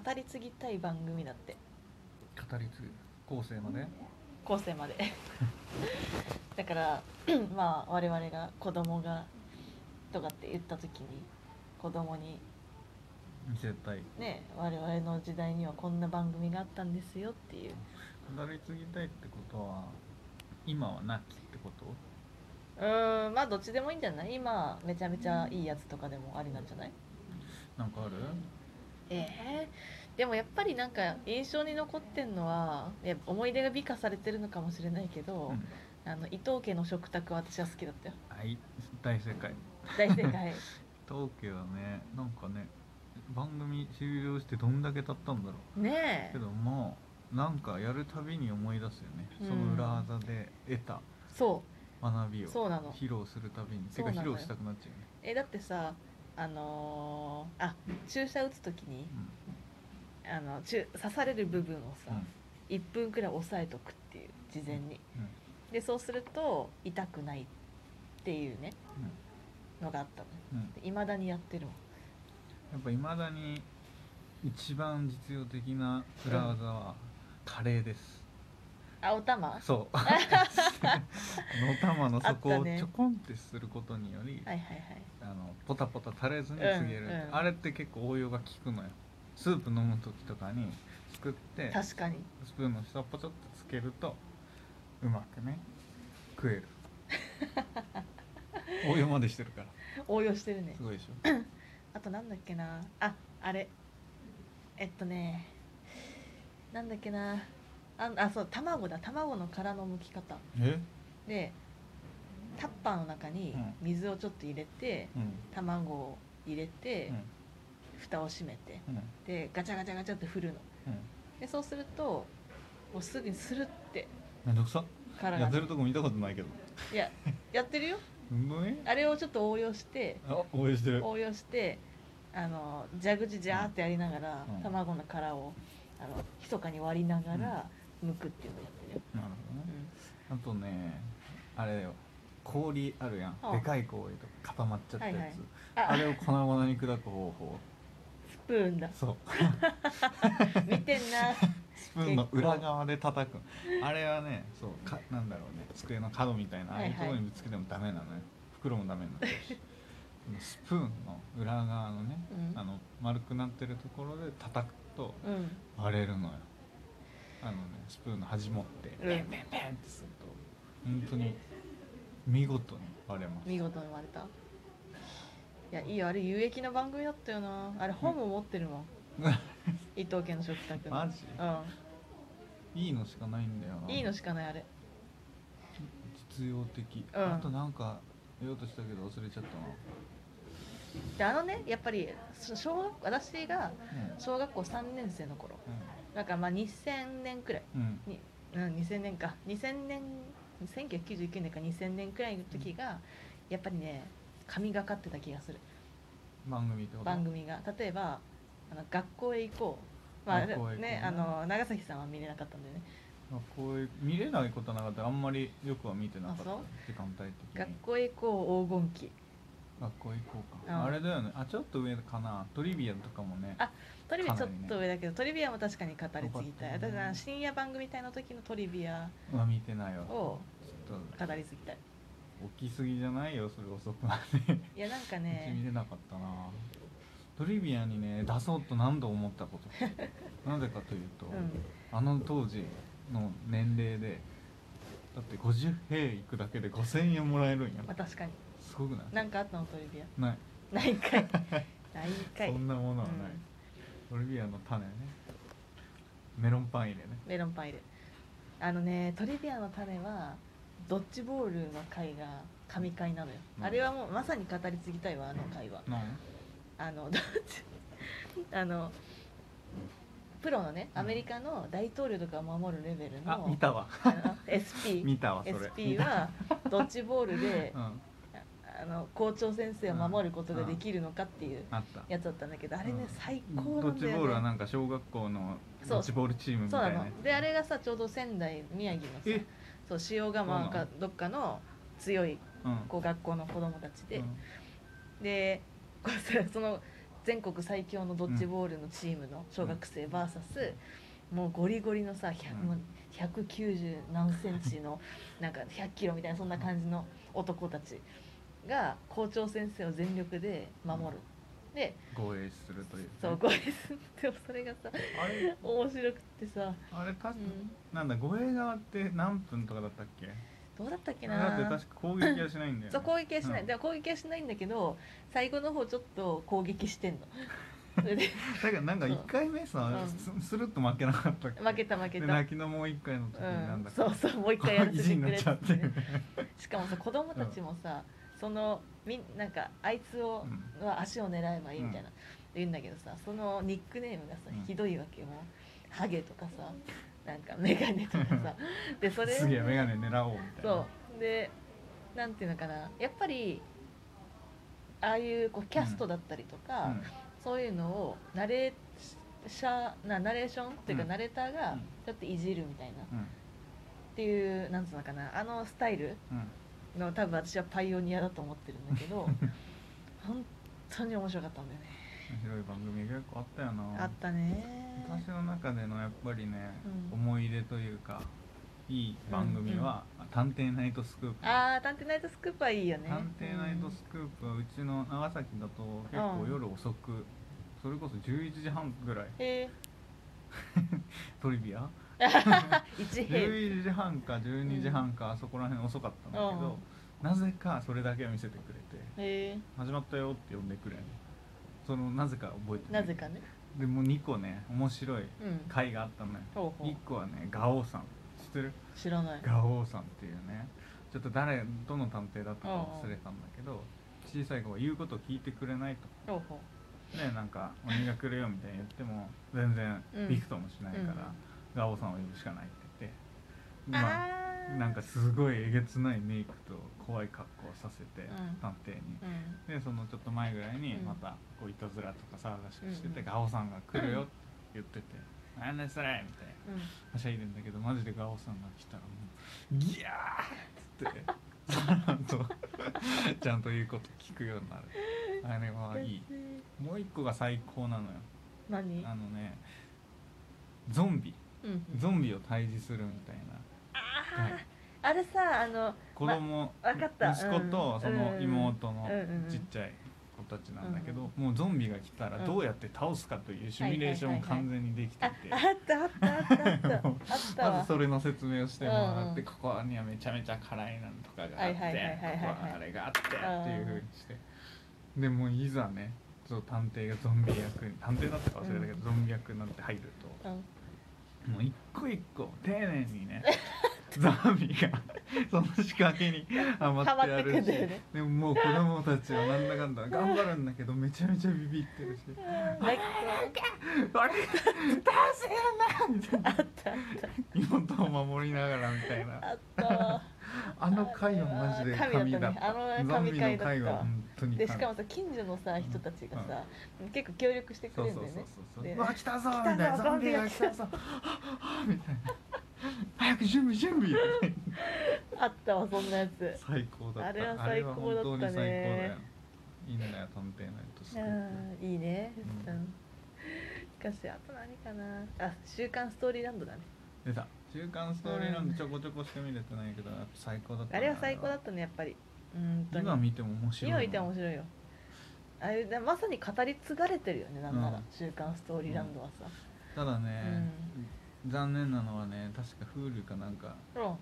語り継ぎたい番組だって。 語り継ぐ後世まで、 後世までだからまあ我々が子供がとかって言った時に子供に見せたい。 ね、我々の時代にはこんな番組があったんですよっていう。 語り継ぎたいってことは今はなきってこと？ まあどっちでもいいんじゃない？今めちゃめちゃいいやつとかでもありなんじゃない？ なんかある？ でもやっぱりなんか印象に残ってんのは、いや思い出が美化されてるのかもしれないけど、伊藤家の食卓は私は好きだったよ。 はい、大正解。 大正解東京はね、なんかね、番組終了してどんだけ経ったんだろうねえけども、なんかやるたびに思い出すよね、 うんその裏技で得た学びをそうなの披露するたびに、てか披露したくなっちゃうね。 だってさ注射打つ時に、刺される部分をさ、1分くらい押さえとくっていう事前に、でそうすると痛くないっていうね、のがあったの。いまだにやってるもん。 やっぱいまだに一番実用的な裏技はカレーです。 お玉？ そうお玉の底をちょこんってすることにより、ポタポタ垂れずにつげる、あれって結構応用が効くのよ。スープ飲む時とかにすくって、 確かにスプーンの下をポチョッとつけるとうまくね食える応用までしてるから。 応用してるね。 すごいでしょあとなんだっけなあれなんだっけなそう卵の殻の剥き方で、タッパーの中に水をちょっと入れて、卵を入れて、蓋を閉めて、でガチャガチャガチャって振るの、でそうするともうすぐにスルってめんどくさ殻がやってるとこ見たことないけど。 いややってるよね、 あれをちょっと応用して応用してる。 蛇口ジャーってやりながら、卵の殻を密かに割りながら剥くっていうのをやってるよ。 なるほどね、あとねあれよ、氷あるやん、でかい氷とか固まっちゃったやつ、あれを粉々に砕く方法。 スプーンだ。 そう見てんなスプーンの裏側で叩く。あれはね、そうなんだろうね、机の角みたいなああいうところにぶつけてもダメなのよ。袋もダメになってるしスプーンの裏側のね、丸くなってるところで叩くと割れるのよ。スプーンの端持ってペンペンペンってすると本当に見事に割れます。 見事に割れた。いやいいよ、あれ有益な番組だったよな。あれ本も持ってるもん伊藤家の食卓の。 マジ？いいのしかないんだよな。 いいのしかないあれ。 実用的。あとなんか言おうとしたけど忘れちゃったな。 でやっぱり私が小学校3年生の頃、だからまあ2000年くらいに、2000年か2000年1999年か2000年くらいの時がやっぱりね神がかってた気がする。 番組ってこと？ 番組が例えば学校へ行こう、ね、長崎さんは見れなかったんでね。 学校へ見れないことなかったらあんまりよくは見てなかった。時間帯的に。 学校へ行こう黄金期。 学校行こうか、あれだよね。ちょっと上かな。トリビアとかもね。 トリビアちょっと上だけど、トリビアも確かに語り継ぎたい。私は深夜番組帯の時のトリビアは見てないわ。 を語り継ぎたい。 起きすぎじゃないよそれ、遅くまでいやなんかね見れなかったな。トリビアにね出そうと何度思ったことなぜかというと、あの当時の年齢でだって50兵行くだけで5000円もらえるんや。 確かにすごくない？ なんかあったのトリビア？ ないんかいそんなものはない。トリビアの種ね。メロンパン入れね。 メロンパン入れ。トリビアの種はドッジボールの回が神回なのよ。あれはもうまさに語り継ぎたいわ、あの回は。プロのね、アメリカの大統領とかを守るレベルの見たわ SP 見たわそれ。 SP はドッジボールで校長先生を守ることができるのかっていうやつだったんだけど、あれね最高なんだよね。 ドッジボールはなんか小学校のドッジボールチームみたいな。 そうなので、あれがさちょうど仙台宮城のさ塩釜かどっかの強い学校の子供たちで、でその全国最強のドッジボールのチームの小学生 VS、もうゴリゴリのさ、190何センチのなんか100キロみたいなそんな感じの男たちが校長先生を全力で守る。で護衛するという、ね、 そう護衛する。でもそれがさ面白くってさ、 あれ確か、なんだ護衛側って何分とかだったっけ？ どうだったっけな。 だって確か攻撃はしないんだよね。 そう攻撃はしない、でも攻撃はしないんだけど最後の方ちょっと攻撃してんの。 だからなんか1回目さ、するっと負けなかったっけ？ 負けたで泣きのもう1回の時になんだか、 そうもう1回やらせてくれって、 ね、 しかもさ子供たちもさ、そのなんかあいつは足を狙えばいいみたいな、言うんだけどさ、そのニックネームがさひどいわけよ。ハゲとかさ、なんかメガネとかさでそれすげえメガネ狙おうみたいな。 そうでなんていうのかな、やっぱりああいうこうキャストだったりとか、そういうのをナレーションっていうか、ナレーターがちょっといじるみたいな、っていうなんつうのかな、あのスタイルの多分私はパイオニアだと思ってるんだけど本当に面白かったんだよね。 面白い番組結構あったよな。 あったね。 私の中でのやっぱりね、思い出というかいい番組は、探偵ナイトスクープ。 探偵ナイトスクープはいいよね。 探偵ナイトスクープはうちの長崎だと結構夜遅く、それこそ11時半ぐらいトリビア11時半か12時半か、そこら辺遅かったんだけど、なぜかそれだけは見せてくれて、始まったよって呼んでくれん。そのなぜか覚えてない。 なぜかね。 でも2個ね面白い回があったのよ。1個はねガオさん、知ってる？ 知らない。 ガオさんっていうね、ちょっとどの探偵だったか忘れたんだけど、小さい子が言うことを聞いてくれないと。ね、なんか鬼が来るよみたいに言っても全然びくともしないから、ガオさんを呼ぶしかないって言って、まあなんかすごいえげつないメイクと怖い格好をさせて、探偵に、でそのちょっと前ぐらいにまたこういたずらとか騒がしくしてて、ガオさんが来るよって言ってて、なんでそれみたいなはしゃいでんだけど、マジでガオさんが来たらもうギャーっつってちゃんと言うこと聞くようになる。あれはいい。もう一個が最高なのよ。 何？ ゾンビを退治するみたいな。 あれさ、 子供、 分かった、 息子とその妹のちっちゃい子たちなんだけど、もうゾンビが来たらどうやって倒すかというシミュレーション完全にできてて、 あったまずそれの説明をしてもらって、ここにはめちゃめちゃ辛いなんとかがあって、ここはあれがあってっていう風にして、でもいざね、探偵がゾンビ役に、探偵だったか忘れたけど、ゾンビ役になって入ると、もう一個一個丁寧にねゾンビがその仕掛けにハマってやるし、でももう子供たちはなんだかんだ頑張るんだけど、めちゃめちゃビビってるし、あれ倒せよなみたいな、妹を守りながらみたいな、あの回はマジで神だった。ゾンビの回は本当に神で、しかもさ近所のさ人たちがさ、結構協力してくれるんだよね。 うわ来たぞみたいな、ゾンビが来たぞみたいな、早く準備あったわそんなやつ。 最高だった。 あれは最高だったね。 本当に最高だよ。いいんだよ探偵ナイトスクープ。 いいね。しかしあと何かな。週刊ストーリーランドだね。 出た。週刊ストーリーランドちょこちょこしか見れてないけど、やっぱ最高だった。 あれは最高だったね、やっぱり。 今見ても面白い。 今見ても面白いよ。あれまさに語り継がれてるよね、なんなら週刊ストーリーランドはさ。 ただね、残念なのはね、確か Hulu かなんか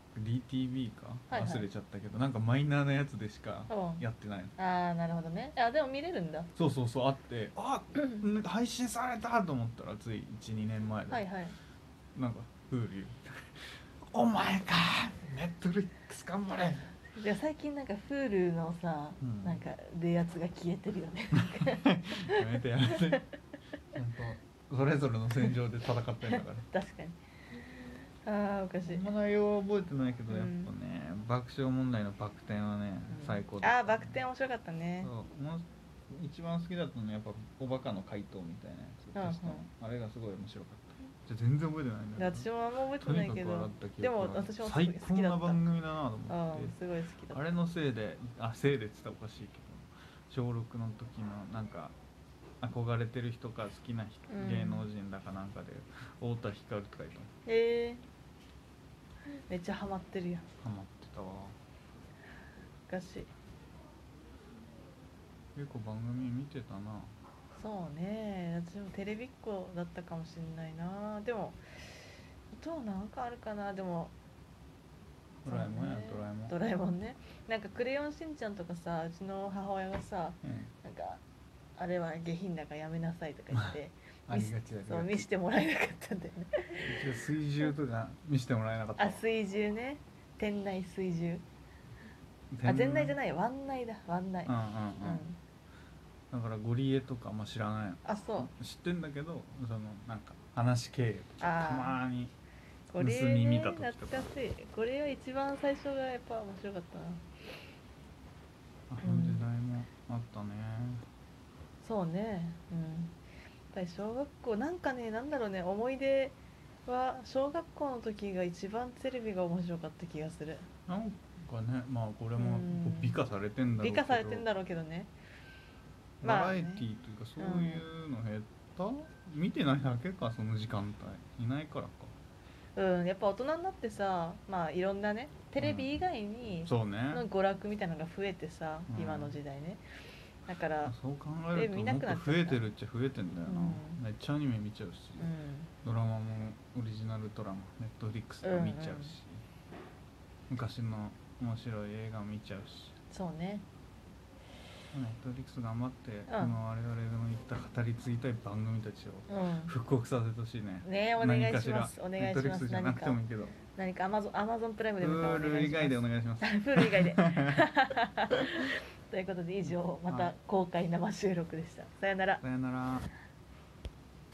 DTV か忘れちゃったけど、なんかマイナーなやつでしかやってないの。 なるほどね。でも見れるんだ。 そうあって、配信されたと思ったらつい 1,2 年前で、なんか Hulu お前かNetflix頑張れ。 いや最近なんか Hulu のさ、なんかでやつが消えてるよね。 やめてちゃんとそれぞれの戦場で戦ってるんだから確かに。おかしい。 内容は覚えてないけど、やっぱね、爆笑問題のバク転はね、最高だった。 バク転面白かったね。 一番好きだったのはやっぱおバカの回答みたいなやつ、あれがすごい面白かった。じゃ全然覚えてないんだけど、 私もあんま覚えてないけど、でも私も最高な番組だなと思って、 すごい好きだった。 あれのせいでって言ったらおかしいけど、小6の時のなんか憧れてる人か好きな人、 うん芸能人だかなんかで太田光とかいたもん。 めっちゃハマってるやん。 ハマってたわ。 昔結構番組見てたな。 そうね、私もテレビっ子だったかもしれないな。でもあとはなんかあるかな。でもドラえもんや、 そうねドラえもん。 ドラえもんね。なんかクレヨンしんちゃんとかさ、うちの母親がさ、なんかあれは下品だからやめなさいとか言ってありがちだけど、 そう見してもらえなかったんだよね。 一応水獣とか見せてもらえなかったわ。 水獣ね、店内水獣。 天店内じゃない、湾内だ、湾内。 だからゴリエとかも知らないの。 そう知ってんだけど、そのなんか話経由とかたまに盗これみ見た時とか。 懐かしい。これは一番最初がやっぱ面白かったな。 あの時代もあったね。 そうね。やっぱり小学校なんかね、なんだろうね、思い出は小学校の時が一番テレビが面白かった気がする。 なんかね、まあこれも美化されてんだろうけど。 美化されてんだろうけどね。 バラエティーというかそういうの減った、見てないだけか、その時間帯いないからか。 やっぱ大人になってさ、まあいろんなねテレビ以外にそうねの娯楽みたいなのが増えてさ、今の時代ね。だからそう考えるともっと増えてるっちゃ増えてんだよな。めっちゃアニメ見ちゃうし、ドラマもオリジナルドラマネットフリックスとか見ちゃうし、昔の面白い映画見ちゃうし。 そうね。 ネットフリックス頑張って、我々の言った語り継ぎたい番組たちを復刻させてほしいね。 ね、お願いします。お願いします。 ネットフリックスじゃなくてもいいけど、 何かアマゾンプライムでもいいけど、プール以外でお願いします。 プール以外で。ということで以上、また公開生収録でした。さよなら。 さよなら。